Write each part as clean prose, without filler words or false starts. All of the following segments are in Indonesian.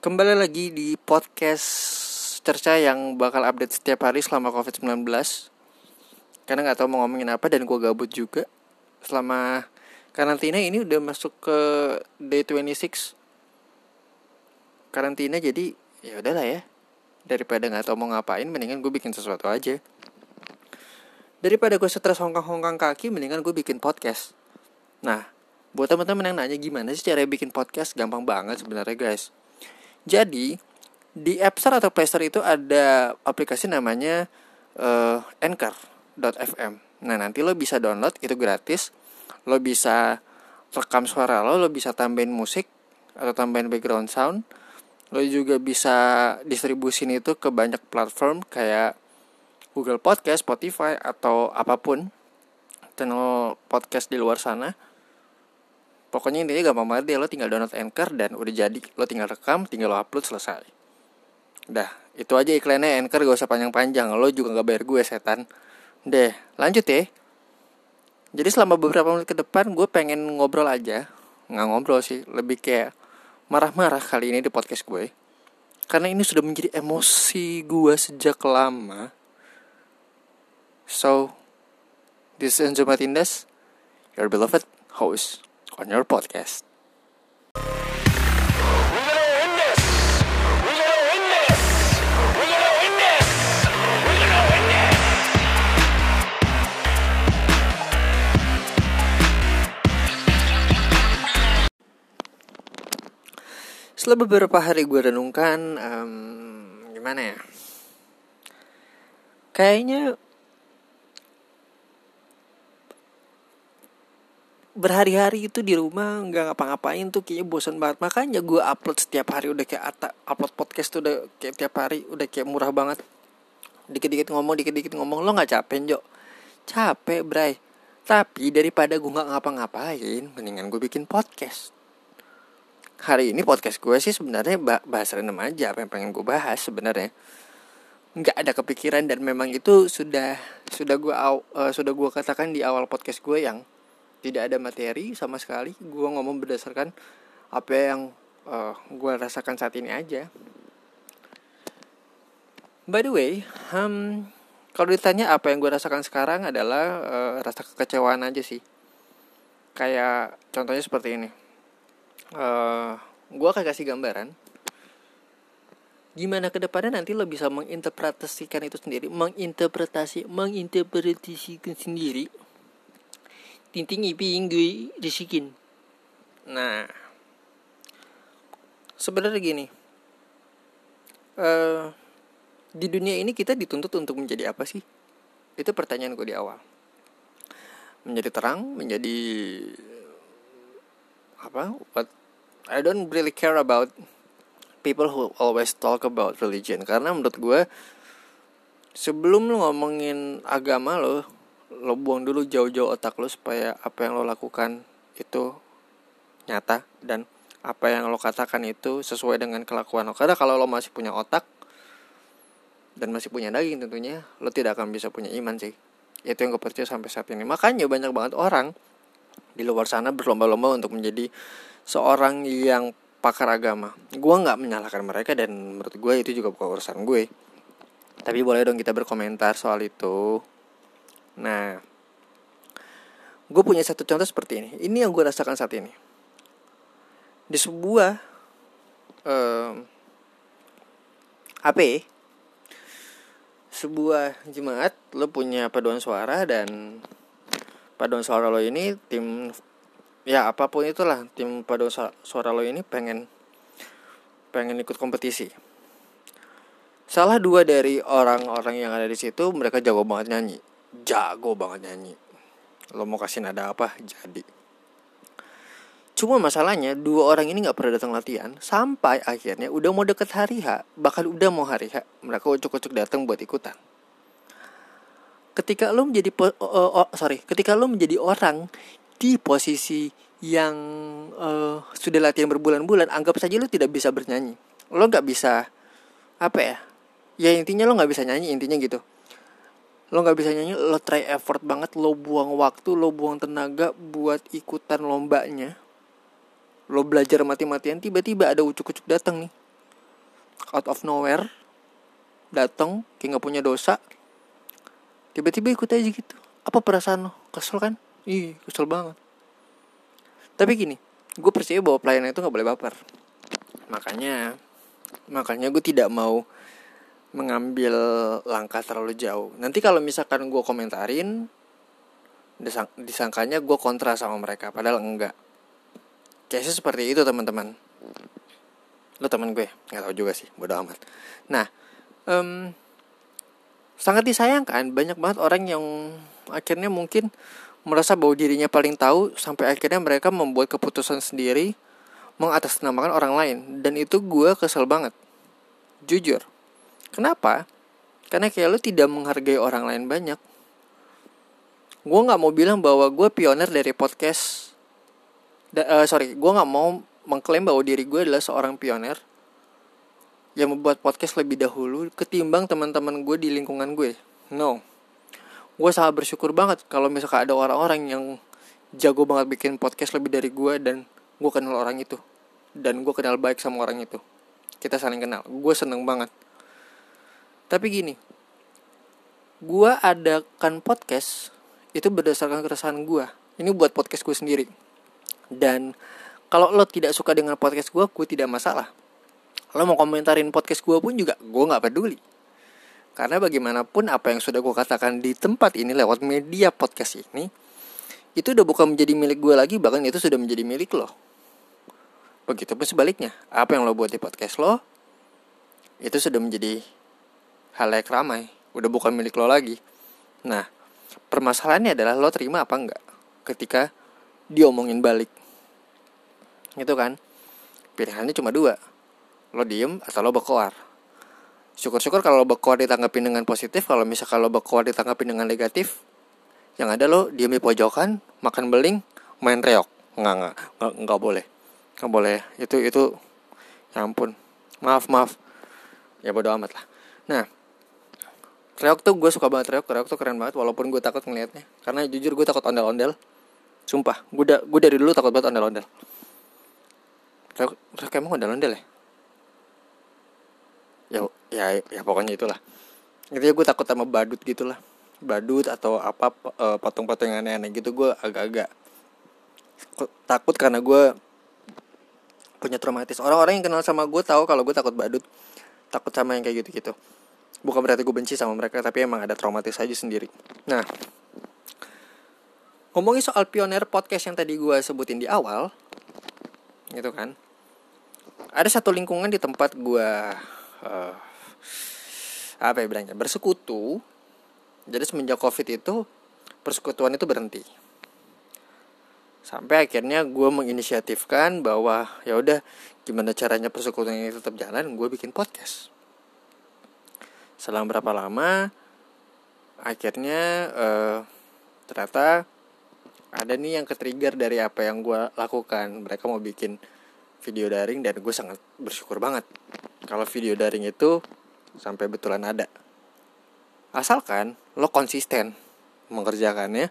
Kembali lagi di podcast Cerca yang bakal update setiap hari selama COVID-19. Karena gak tahu mau ngomongin apa dan gue gabut juga. Selama karantina ini udah masuk ke day 26 karantina, jadi ya udahlah ya. Daripada gak tahu mau ngapain, mendingan gue bikin sesuatu aja. Daripada gue stres hongkang-hongkang kaki, mendingan gue bikin podcast. Nah, buat teman-teman yang nanya gimana sih cara bikin podcast, gampang banget sebenarnya guys. Jadi di App Store atau Play Store itu ada aplikasi namanya Anchor.fm. Nah nanti lo bisa download, itu gratis. Lo bisa rekam suara lo bisa tambahin musik atau tambahin background sound. Lo juga bisa distribusin itu ke banyak platform kayak Google Podcast, Spotify, atau apapun channel podcast di luar sana. Pokoknya intinya gampang banget deh, lo tinggal download Anchor dan udah jadi. Lo tinggal rekam, tinggal lo upload, selesai. Dah, itu aja iklannya. Anchor gak usah panjang-panjang, lo juga gak bayar gue, setan. Deh, lanjut ya. Jadi selama beberapa menit ke depan gue pengen ngobrol aja. Gak ngobrol sih, lebih kayak marah-marah kali ini di podcast gue. Karena ini sudah menjadi emosi gue sejak lama. So, this is Enzo Matindas, your beloved host on your podcast. Setelah beberapa hari gue renungkan, gimana ya? Kayaknya berhari-hari itu di rumah nggak ngapa-ngapain tuh kayaknya bosan banget. Makanya gue upload setiap hari, udah kayak upload podcast tuh udah kayak tiap hari, udah kayak murah banget. Dikit-dikit ngomong. Lo nggak capek, Jo? Capek, bray. Tapi daripada gue nggak ngapa-ngapain, mendingan gue bikin podcast. Hari ini podcast gue sih sebenarnya bahas random aja, apa yang pengen gue bahas sebenarnya. Nggak ada kepikiran dan memang itu sudah gue katakan di awal podcast gue yang tidak ada materi sama sekali. Gue ngomong berdasarkan apa yang gue rasakan saat ini aja. By the way, kalau ditanya apa yang gue rasakan sekarang adalah rasa kekecewaan aja sih. Kayak contohnya seperti ini. Gue akan kasih gambaran. Gimana ke depannya nanti lo bisa menginterpretasikan itu sendiri, menginterpretasikan sendiri. Tinting iping gue disikin. Nah, sebenarnya gini, di dunia ini kita dituntut untuk menjadi apa sih? Itu pertanyaan gue di awal. Menjadi terang, menjadi apa? But I don't really care about people who always talk about religion. Karena menurut gue, sebelum lo ngomongin agama lo buang dulu jauh-jauh otak lo supaya apa yang lo lakukan itu nyata dan apa yang lo katakan itu sesuai dengan kelakuan lo. Karena kalau lo masih punya otak dan masih punya daging, tentunya lo tidak akan bisa punya iman sih. Itu yang gue percaya sampai saat ini. Makanya banyak banget orang di luar sana berlomba-lomba untuk menjadi seorang yang pakar agama. Gue gak menyalahkan mereka dan menurut gue itu juga bukan urusan gue. Tapi boleh dong kita berkomentar soal itu. Nah, gue punya satu contoh seperti ini. Ini yang gue rasakan saat ini. Di sebuah sebuah jemaat, lo punya paduan suara dan paduan suara lo ini tim, ya apapun itulah, tim paduan suara lo ini pengen ikut kompetisi. Salah dua dari orang-orang yang ada di situ, mereka jago banget nyanyi. Lo mau kasih nada apa jadi. Cuma masalahnya dua orang ini gak pernah datang latihan. Sampai akhirnya udah mau deket hari H, bahkan udah mau hari H, mereka ucuk-ucuk datang buat ikutan. Ketika lo menjadi orang di posisi yang sudah latihan berbulan-bulan, anggap saja lo tidak bisa bernyanyi. Lo gak bisa, ya intinya lo gak bisa nyanyi, intinya gitu. Lo gak bisa nyanyi, lo try effort banget, lo buang waktu, lo buang tenaga buat ikutan lombanya. Lo belajar mati-matian, tiba-tiba ada ucuk-ucuk datang nih. out of nowhere datang kayak nggak punya dosa, tiba-tiba ikut aja gitu. Apa perasaan lo? Kesel kan? Ih, kesel banget. Tapi gini, gue percaya bahwa pelayanan itu nggak boleh baper. Makanya gue tidak mau mengambil langkah terlalu jauh. Nanti kalau misalkan gue komentarin, disangkanya gue kontra sama mereka, padahal enggak. Case seperti itu teman-teman. Lo teman gue, nggak tahu juga sih, bodo amat. Nah, sangat disayangkan banyak banget orang yang akhirnya mungkin merasa bahwa dirinya paling tahu, sampai akhirnya mereka membuat keputusan sendiri, mengatasnamakan orang lain. Dan itu gue kesel banget, jujur. Kenapa? Karena kayak lo tidak menghargai orang lain banyak. Gue gak mau bilang bahwa gue pioner dari podcast. Gue gak mau mengklaim bahwa diri gue adalah seorang pioner yang membuat podcast lebih dahulu ketimbang teman-teman gue di lingkungan gue. No. Gue sangat bersyukur banget kalau misalkan ada orang-orang yang jago banget bikin podcast lebih dari gue, dan gue kenal orang itu, dan gue kenal baik sama orang itu. Kita saling kenal. Gue seneng banget. Tapi gini, gue adakan podcast itu berdasarkan keresahan gue. Ini buat podcast gue sendiri. Dan kalau lo tidak suka dengan podcast gue tidak masalah. Lo mau komentarin podcast gue pun juga gue gak peduli. Karena bagaimanapun apa yang sudah gue katakan di tempat ini lewat media podcast ini, itu udah bukan menjadi milik gue lagi, bahkan itu sudah menjadi milik lo. Begitupun sebaliknya, apa yang lo buat di podcast lo, itu sudah menjadi halayak ramai, udah bukan milik lo lagi. Nah, permasalahannya adalah lo terima apa enggak ketika diomongin balik. Gitu kan? Pilihannya cuma dua, lo diem atau lo berkoar. Syukur-syukur kalau lo berkoar ditanggapin dengan positif. Kalau misalkan lo berkoar ditanggapin dengan negatif, yang ada lo diem di pojokan, makan beling, main reok. Nggak boleh. Nggak boleh. Itu ya ampun. Maaf. Ya bodo amat lah. Nah, reok tuh gue suka banget. Reok tuh keren banget, walaupun gue takut ngelihatnya. Karena jujur gue takut ondel-ondel. Sumpah, gue dari dulu takut banget ondel-ondel. Reok emang ondel-ondel ya? Ya pokoknya itulah. Intinya gue takut sama badut gitulah. Badut atau apa, patung-patung yang aneh-aneh gitu, gue agak-agak takut karena gue punya traumatis. Orang-orang yang kenal sama gue tahu kalau gue takut badut, takut sama yang kayak gitu-gitu. Bukan berarti gue benci sama mereka, tapi emang ada traumatis aja sendiri. Nah, ngomongin soal pioner podcast yang tadi gue sebutin di awal, gitu kan. Ada satu lingkungan di tempat gue bersekutu. Jadi semenjak COVID itu persekutuan itu berhenti. Sampai akhirnya gue menginisiatifkan bahwa ya udah, gimana caranya persekutuan ini tetap jalan, gue bikin podcast. Selang berapa lama akhirnya ternyata ada nih yang ketrigger dari apa yang gue lakukan. Mereka mau bikin video daring, dan gue sangat bersyukur banget kalau video daring itu sampai betulan ada. Asalkan lo konsisten mengerjakannya,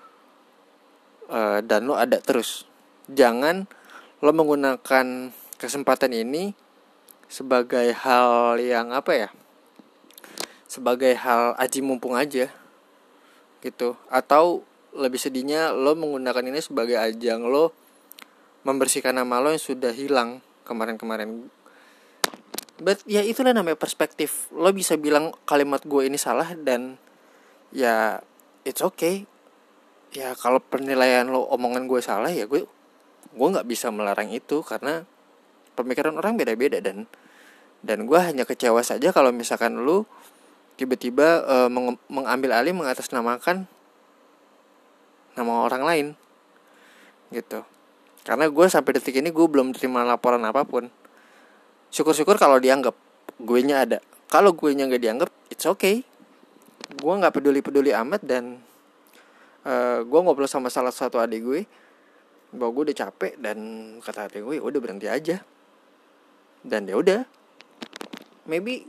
dan lo ada terus. Jangan lo menggunakan kesempatan ini sebagai hal yang sebagai hal aji mumpung aja gitu. Atau lebih sedihnya, lo menggunakan ini sebagai ajang lo membersihkan nama lo yang sudah hilang kemarin-kemarin. But ya itulah namanya perspektif. Lo bisa bilang kalimat gue ini salah, dan ya it's okay. Ya kalau penilaian lo omongan gue salah, ya gue gak bisa melarang itu, karena pemikiran orang beda-beda. Dan gue hanya kecewa saja kalau misalkan lo tiba-tiba mengambil alih, mengatasnamakan nama orang lain gitu. Karena gue sampai detik ini gue belum terima laporan apapun. Syukur-syukur kalau dianggap gue nya ada. Kalau gue nya gak dianggap, it's okay. Gue gak peduli amat. Dan gue ngobrol sama salah satu adik gue bahwa gue udah capek, dan kata adik gue udah berhenti aja. Dan ya udah, maybe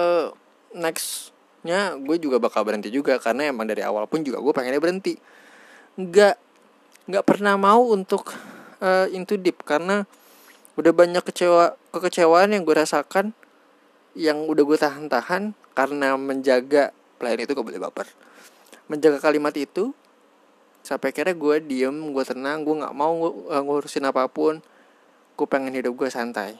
nextnya gue juga bakal berhenti juga. Karena emang dari awal pun juga gue pengennya berhenti. Gak pernah mau untuk into deep, karena udah banyak kekecewaan yang gue rasakan yang udah gue tahan-tahan karena menjaga, lain itu gak boleh baper, menjaga kalimat itu sampai akhirnya gue diem, gue tenang, gue gak mau ngurusin apapun, gue pengen hidup gue santai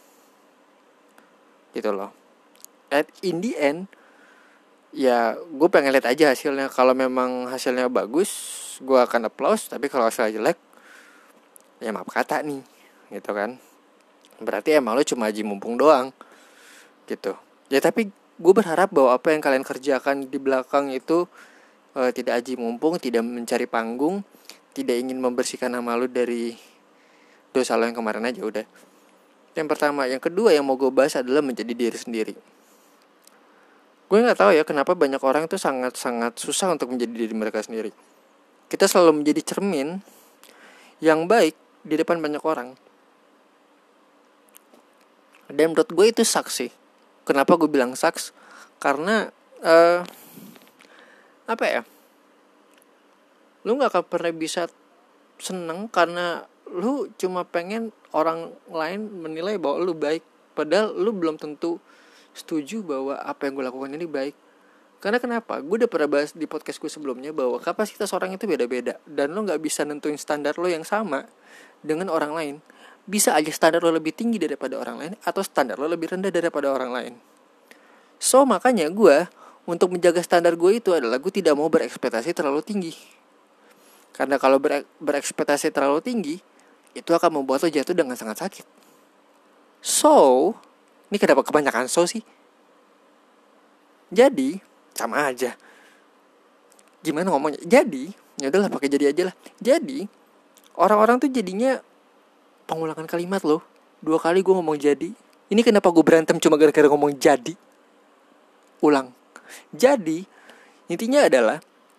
gitu loh. In the end ya gue pengen lihat aja hasilnya. Kalau memang hasilnya bagus, gue akan applause. Tapi kalau hasilnya jelek, ya maaf kata nih, gitu kan. Berarti emang lo cuma aji mumpung doang, gitu. Ya tapi gue berharap bahwa apa yang kalian kerjakan di belakang itu tidak aji mumpung, tidak mencari panggung, tidak ingin membersihkan nama lo dari dosa lo yang kemarin aja udah. Yang pertama. Yang kedua yang mau gue bahas adalah menjadi diri sendiri. Gue gak tahu ya kenapa banyak orang itu sangat-sangat susah untuk menjadi diri mereka sendiri. Kita selalu menjadi cermin yang baik di depan banyak orang. Dan menurut gue itu sucks sih. Kenapa gue bilang sucks? Karena apa ya, lu gak akan pernah bisa seneng karena lu cuma pengen orang lain menilai bahwa lu baik. Padahal lu belum tentu setuju bahwa apa yang gue lakukan ini baik. Karena kenapa? Gue udah pernah bahas di podcast gue sebelumnya bahwa kapasitas orang itu beda-beda. Dan lo gak bisa nentuin standar lo yang sama dengan orang lain. Bisa aja standar lo lebih tinggi daripada orang lain, atau standar lo lebih rendah daripada orang lain. So makanya gue, untuk menjaga standar gue itu adalah gue tidak mau berekspektasi terlalu tinggi. Karena kalau berekspektasi terlalu tinggi, itu akan membuat lo jatuh dengan sangat sakit. So, ini kenapa kebanyakan so sih? Jadi, sama aja. Gimana ngomongnya? Jadi, ya udahlah pakai jadi aja lah. Jadi, orang-orang tuh jadinya pengulangan kalimat loh. 2 kali gue ngomong jadi. Ini kenapa gue berantem cuma gara-gara ngomong jadi? Ulang. Jadi, intinya adalah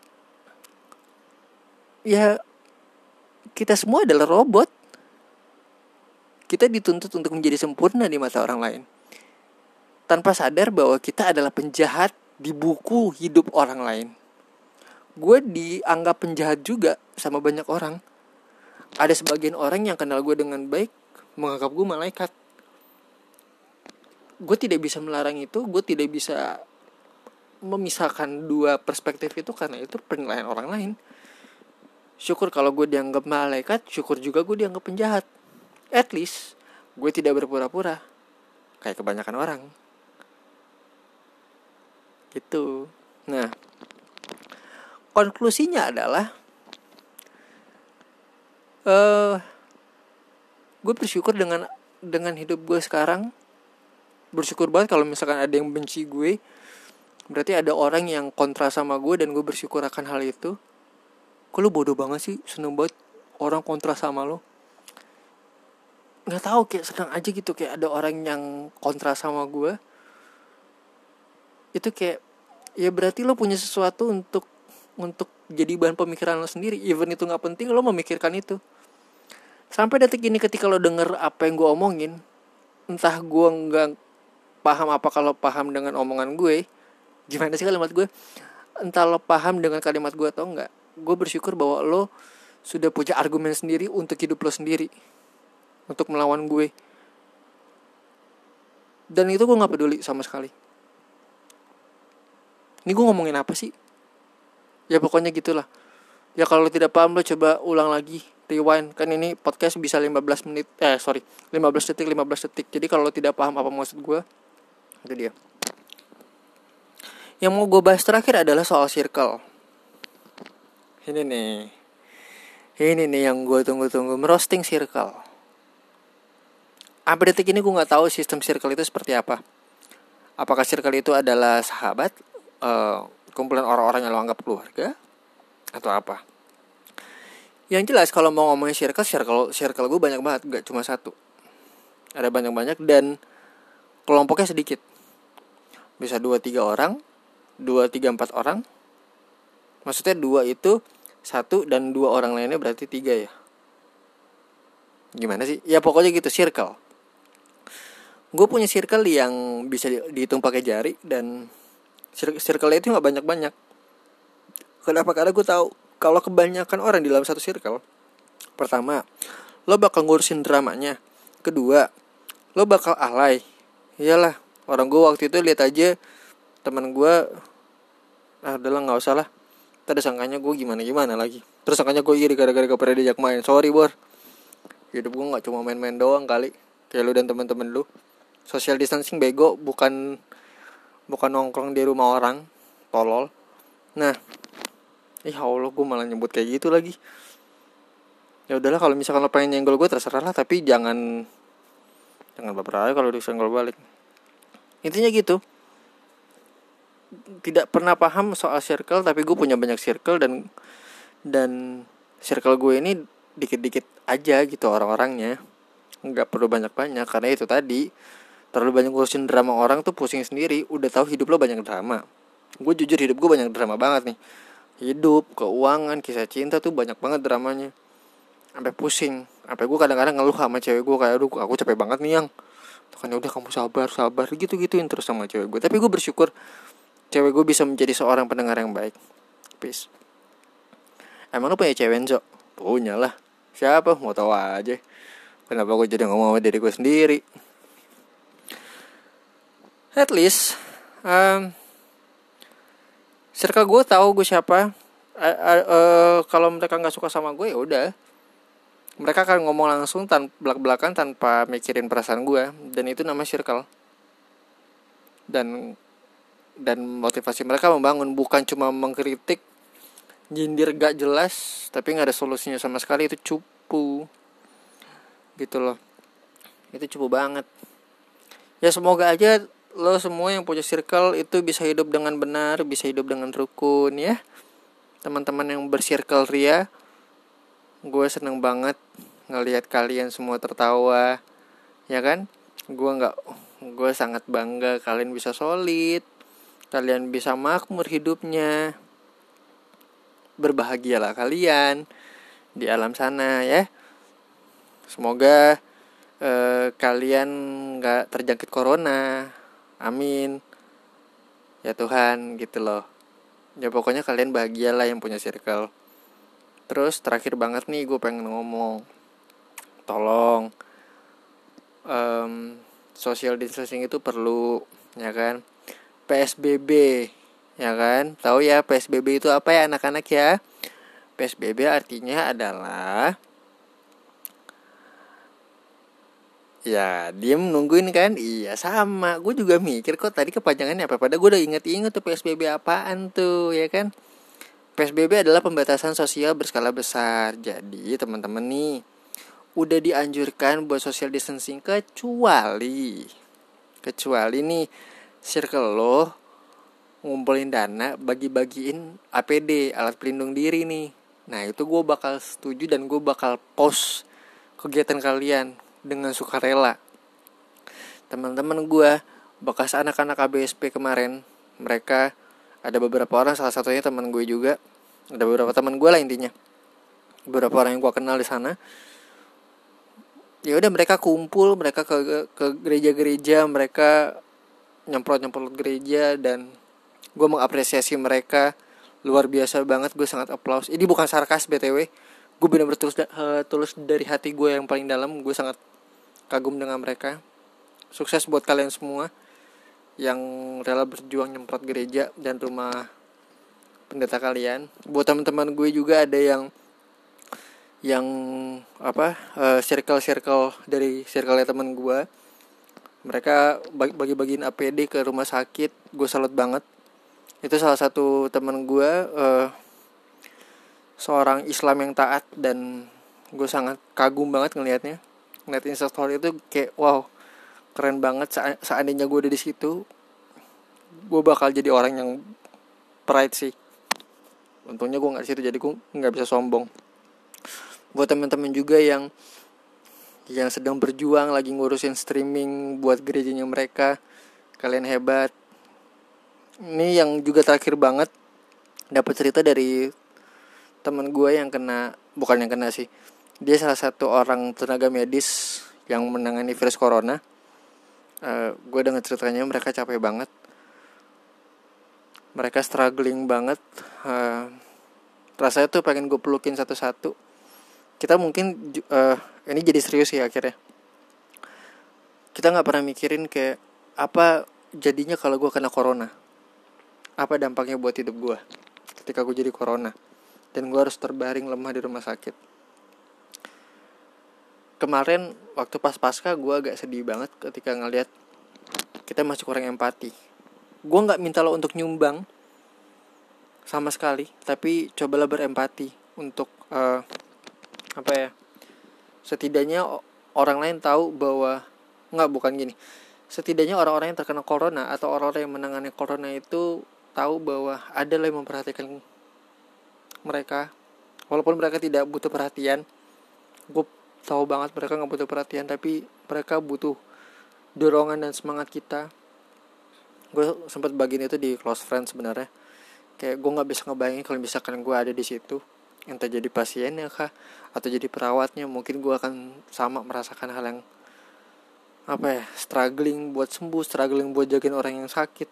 ya kita semua adalah robot. Kita dituntut untuk menjadi sempurna di mata orang lain, tanpa sadar bahwa kita adalah penjahat di buku hidup orang lain. Gue dianggap penjahat juga sama banyak orang. Ada sebagian orang yang kenal gue dengan baik menganggap gue malaikat. Gue tidak bisa melarang itu. Gue tidak bisa memisahkan dua perspektif itu karena itu penilaian orang lain. Syukur kalau gue dianggap malaikat, syukur juga gue dianggap penjahat. At least gue tidak berpura-pura kayak kebanyakan orang gitu. Nah, konklusinya adalah gue bersyukur dengan hidup gue sekarang. Bersyukur banget kalau misalkan ada yang benci gue. Berarti ada orang yang kontra sama gue dan gue bersyukur akan hal itu. Kok lu bodoh banget sih, seneng banget orang kontra sama lo? Gak tahu, kayak senang aja gitu. Kayak ada orang yang kontra sama gue. Itu kayak, ya berarti lo punya sesuatu untuk jadi bahan pemikiran lo sendiri. Even itu gak penting, lo memikirkan itu. Sampai detik ini ketika lo denger apa yang gue omongin, entah gue gak paham apa kalau paham dengan omongan gue, gimana sih kalimat gue, entah lo paham dengan kalimat gue atau enggak, gue bersyukur bahwa lo sudah punya argumen sendiri untuk hidup lo sendiri, untuk melawan gue. Dan itu gue gak peduli sama sekali. Ini gue ngomongin apa sih? Ya pokoknya gitulah. Ya kalau lo tidak paham, lo coba ulang lagi, rewind. Kan ini podcast bisa 15 detik. Jadi kalau lo tidak paham apa maksud gue, itu dia. Yang mau gue bahas terakhir adalah soal circle. Ini nih yang gue tunggu-tunggu, merosting circle. Sampai detik ini gue gak tahu sistem circle itu seperti apa. Apakah circle itu adalah sahabat, kumpulan orang-orang yang lo anggap keluarga, atau apa? Yang jelas kalau mau ngomongin circle gue banyak banget, gak cuma satu. Ada banyak-banyak dan kelompoknya sedikit. Bisa 2-3 orang, 2-3-4 orang. Maksudnya 2 itu 1 dan 2 orang lainnya berarti 3 ya. Gimana sih? Ya pokoknya gitu, circle. Gue punya circle yang bisa dihitung pakai jari. Dan circle itu gak banyak-banyak. Kenapa? Karena gue tahu kalau kebanyakan orang di dalam satu circle, pertama, lo bakal ngurusin dramanya. Kedua, lo bakal alay. Iyalah, Orang gue waktu itu lihat aja teman gue, udahlah nggak usah lah, tadi sangkanya gue gimana lagi, terus sangkanya gue iri gara-gara gak pernah diajak main. Sorry bor, hidup gue nggak cuma main-main doang kali kayak lu dan teman-teman lu. Social distancing bego, bukan nongkrong di rumah orang tolol. Nah, ya Allah, gue malah nyebut kayak gitu lagi. Ya udahlah, kalau misalkan lo pengen nyenggol gue terserah lah, tapi jangan baper aja kalau disenggol balik. Intinya gitu. Tidak pernah paham soal circle, tapi gue punya banyak circle, dan circle gue ini dikit-dikit aja gitu orang-orangnya. Nggak perlu banyak-banyak, karena itu tadi, terlalu banyak ngurusin drama orang tuh pusing sendiri. Udah tahu hidup lo banyak drama. Gue jujur, hidup gue banyak drama banget nih. Hidup, keuangan, kisah cinta tuh banyak banget dramanya. Sampai pusing. Sampai gue kadang-kadang ngeluh sama cewek gue kayak, aduh aku capek banget nih yang. Kan udah kamu sabar gitu-gituin terus sama cewek gue. Tapi gue bersyukur cewek gue bisa menjadi seorang pendengar yang baik. Peace. Emang lu punya cewek, Enzo? Punya lah. Siapa? Mau tahu aja. Kenapa gue jadi ngomong sama diri gue sendiri? At least circle gue tahu gue siapa. Kalau mereka nggak suka sama gue, ya udah, mereka akan ngomong langsung belak-belakan tanpa mikirin perasaan gue, dan itu nama circle. Dan motivasi mereka membangun, bukan cuma mengkritik, nyindir gak jelas tapi nggak ada solusinya sama sekali. Itu cupu gitu loh, itu cupu banget. Ya semoga aja lo semua yang punya circle itu bisa hidup dengan benar, bisa hidup dengan rukun ya. Teman-teman yang bersirkel ria, gue seneng banget ngelihat kalian semua tertawa, ya kan? Gue sangat bangga kalian bisa solid, kalian bisa makmur hidupnya. Berbahagialah kalian di alam sana ya. Semoga kalian gak terjangkit corona. Amin ya Tuhan, gitu loh. Ya pokoknya kalian bahagialah yang punya circle. Terus terakhir banget nih, gue pengen ngomong, tolong social distancing itu perlu, ya kan? PSBB, ya kan? Tahu ya PSBB itu apa ya anak-anak ya? PSBB artinya adalah, ya diem nungguin kan? Iya sama, gue juga mikir kok tadi kepanjangannya apa. Padahal gue udah inget tuh PSBB apaan tuh, ya kan? PSBB adalah pembatasan sosial berskala besar. Jadi teman-teman nih, udah dianjurkan buat social distancing kecuali nih circle lo ngumpulin dana bagi-bagiin APD, alat pelindung diri nih. Nah itu gue bakal setuju dan gue bakal post kegiatan kalian dengan sukarela. Teman-teman gue bekas anak-anak ABSP kemarin, mereka ada beberapa orang, salah satunya teman gue juga, ada beberapa teman gue lah intinya, beberapa orang yang gue kenal di sana. Ya udah, mereka kumpul, mereka ke gereja-gereja, mereka nyemprot gereja, dan gue mengapresiasi mereka luar biasa banget. Gue sangat applause. Ini bukan sarkas BTW, gue benar-benar tulus dari hati gue yang paling dalam. Gue sangat kagum dengan mereka. Sukses buat kalian semua yang rela berjuang nyemprot gereja dan rumah pendeta kalian. Buat teman-teman gue juga ada yang circle dari circle teman gue, mereka bagi-bagiin APD ke rumah sakit. Gue salut banget. Itu salah satu teman gue, seorang Islam yang taat, dan gue sangat kagum banget ngelihatnya. Ngeliat Instastory itu kayak wow, keren banget. Seandainya gue ada di situ, gue bakal jadi orang yang pride sih. Untungnya gue nggak di situ, jadi gue nggak bisa sombong. Buat teman-teman juga yang sedang berjuang lagi ngurusin streaming buat gerejanya mereka, kalian hebat. Ini yang juga terakhir banget, dapat cerita dari teman gue yang bukan yang kena sih, dia salah satu orang tenaga medis yang menangani virus corona. Gue dengar ceritanya, mereka capek banget, mereka struggling banget. Rasanya tuh pengen gue pelukin satu-satu. Kita mungkin ini jadi serius ya akhirnya. Kita nggak pernah mikirin kayak apa jadinya kalau gue kena corona, apa dampaknya buat hidup gue ketika gue jadi corona dan gue harus terbaring lemah di rumah sakit. Kemarin waktu pas pasca gue agak sedih banget ketika ngeliat kita masih kurang empati. Gue gak minta lo untuk nyumbang sama sekali, tapi cobalah berempati untuk setidaknya orang lain tahu bahwa bukan gini. Setidaknya orang-orang yang terkena corona atau orang-orang yang menangani corona itu tahu bahwa ada yang memperhatikan mereka, walaupun mereka tidak butuh perhatian. Gue tahu banget mereka gak butuh perhatian, tapi mereka butuh dorongan dan semangat kita. Gue sempat bagiin itu di close friends sebenarnya. Kayak gue gak bisa ngebayangin kalau misalkan gue ada di situ, entah jadi pasiennya kah atau jadi perawatnya, mungkin gue akan sama merasakan hal yang struggling buat sembuh, struggling buat jagain orang yang sakit.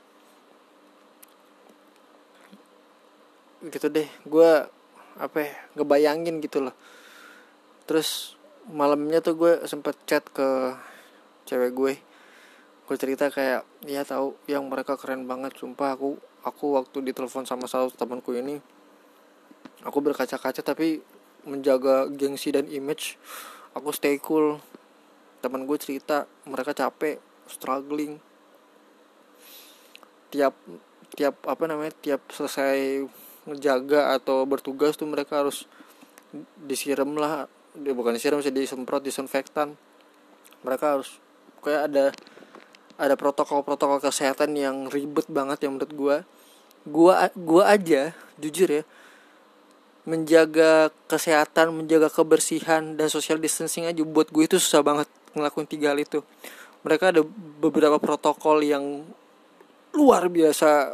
Gitu deh, gue ngebayangin gitu loh. Terus malamnya tuh gue sempet chat ke cewek gue cerita kayak, ya tahu yang mereka keren banget, sumpah aku waktu ditelepon sama salah satu temanku ini, aku berkaca-kaca tapi menjaga gengsi dan image, aku stay cool. Teman gue cerita mereka capek, struggling, tiap selesai ngejaga atau bertugas tuh mereka harus disiram lah, bukan disiram sih, disemprot disinfektan. Mereka harus kayak ada protokol kesehatan yang ribet banget yang menurut gue aja jujur ya, menjaga kesehatan, menjaga kebersihan dan social distancing aja buat gue itu susah banget ngelakuin 3 hal itu. Mereka ada beberapa protokol yang luar biasa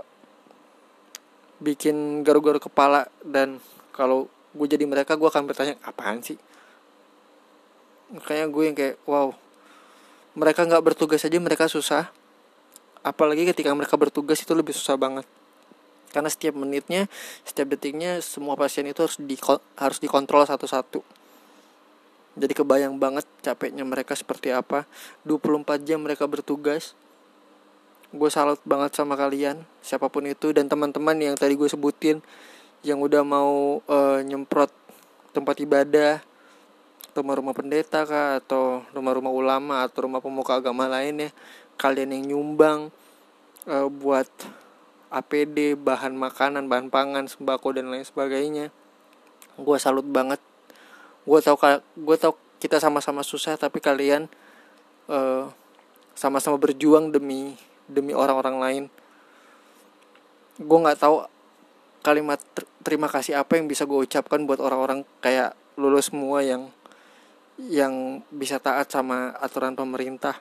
bikin garu-garu kepala, dan kalau gue jadi mereka gue akan bertanya apaan sih. Makanya gue yang kayak wow, mereka gak bertugas aja mereka susah, apalagi ketika mereka bertugas itu lebih susah banget. Karena setiap menitnya, setiap detiknya semua pasien itu harus dikontrol satu-satu. Jadi kebayang banget capeknya mereka seperti apa. 24 jam mereka bertugas. Gue salut banget sama kalian, siapapun itu, dan teman-teman yang tadi gue sebutin, yang udah mau nyemprot tempat ibadah, rumah-rumah pendeta kah, atau rumah-rumah ulama, atau rumah pemuka agama lainnya. Kalian yang nyumbang buat APD, bahan makanan, bahan pangan, sembako dan lain sebagainya. Gue salut banget. Gue tahu kita sama-sama susah, tapi kalian sama-sama berjuang demi orang-orang lain. Gue nggak tahu kalimat terima kasih apa yang bisa gue ucapkan buat orang-orang kayak lulus semua yang bisa taat sama aturan pemerintah.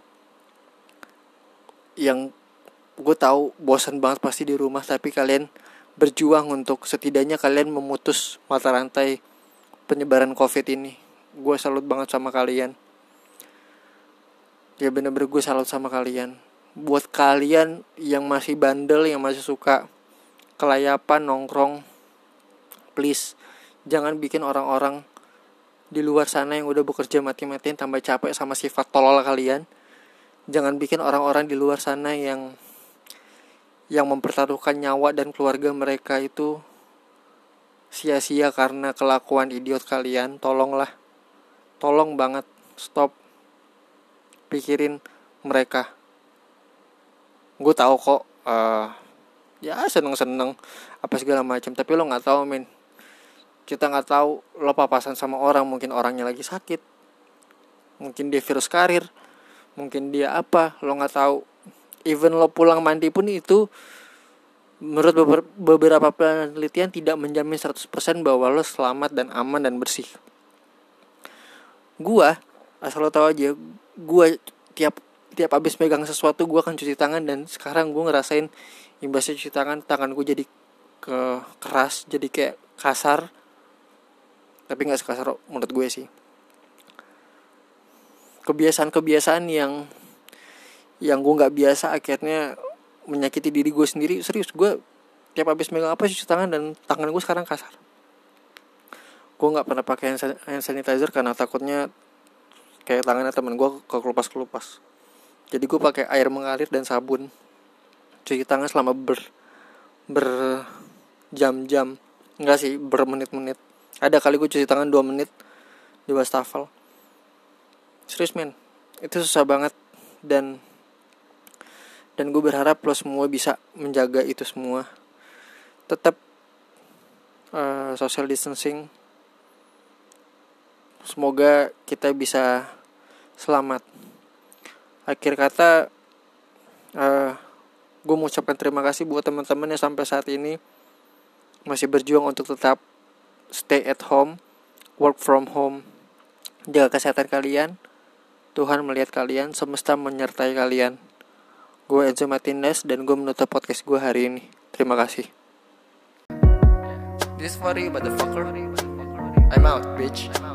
Yang gue tahu bosan banget pasti di rumah, tapi kalian berjuang untuk setidaknya kalian memutus mata rantai penyebaran COVID ini. Gue salut banget sama kalian. Ya bener-bener gue salut sama kalian. Buat kalian yang masih bandel, yang masih suka kelayapan nongkrong, please jangan bikin orang-orang di luar sana yang udah bekerja mati-matian tambah capek sama sifat tolol kalian. Jangan bikin orang-orang di luar sana yang mempertaruhkan nyawa dan keluarga mereka itu sia-sia karena kelakuan idiot kalian. Tolong banget, stop pikirin mereka. Gue tahu kok ya seneng apa segala macam, tapi lo nggak tahu men, kita nggak tahu lo papasan sama orang, mungkin orangnya lagi sakit, mungkin dia virus karir, mungkin dia apa, lo nggak tahu. Even lo pulang mandi pun itu menurut beberapa penelitian tidak menjamin 100% bahwa lo selamat dan aman dan bersih. Gua, asal lo tahu aja, gua tiap abis megang sesuatu gua akan cuci tangan, dan sekarang gua ngerasain imbasnya cuci tangan gue jadi keras, jadi kayak kasar, tapi nggak sekasar menurut gue sih. Kebiasaan yang gue nggak biasa akhirnya menyakiti diri gue sendiri. Serius, gue tiap habis megang apa cuci tangan, dan tangan gue sekarang kasar. Gue nggak pernah pakai hand sanitizer karena takutnya kayak tangannya temen gue kekelupas. Jadi gue pakai air mengalir dan sabun, cuci tangan selama berjam-jam, enggak sih, bermenit-menit. Ada kali gue cuci tangan 2 menit di wastafel. Serius men, itu susah banget. Dan gue berharap lo semua bisa menjaga itu semua. Tetap social distancing. Semoga kita bisa selamat. Akhir kata, gue mau ucapkan terima kasih buat teman-teman yang sampai saat ini masih berjuang untuk tetap stay at home, work from home. Jaga kesehatan kalian. Tuhan melihat kalian, semesta menyertai kalian. Gue Enzo Martinez dan gue menutup podcast gue hari ini. Terima kasih. This for you motherfucker. I'm out, bitch.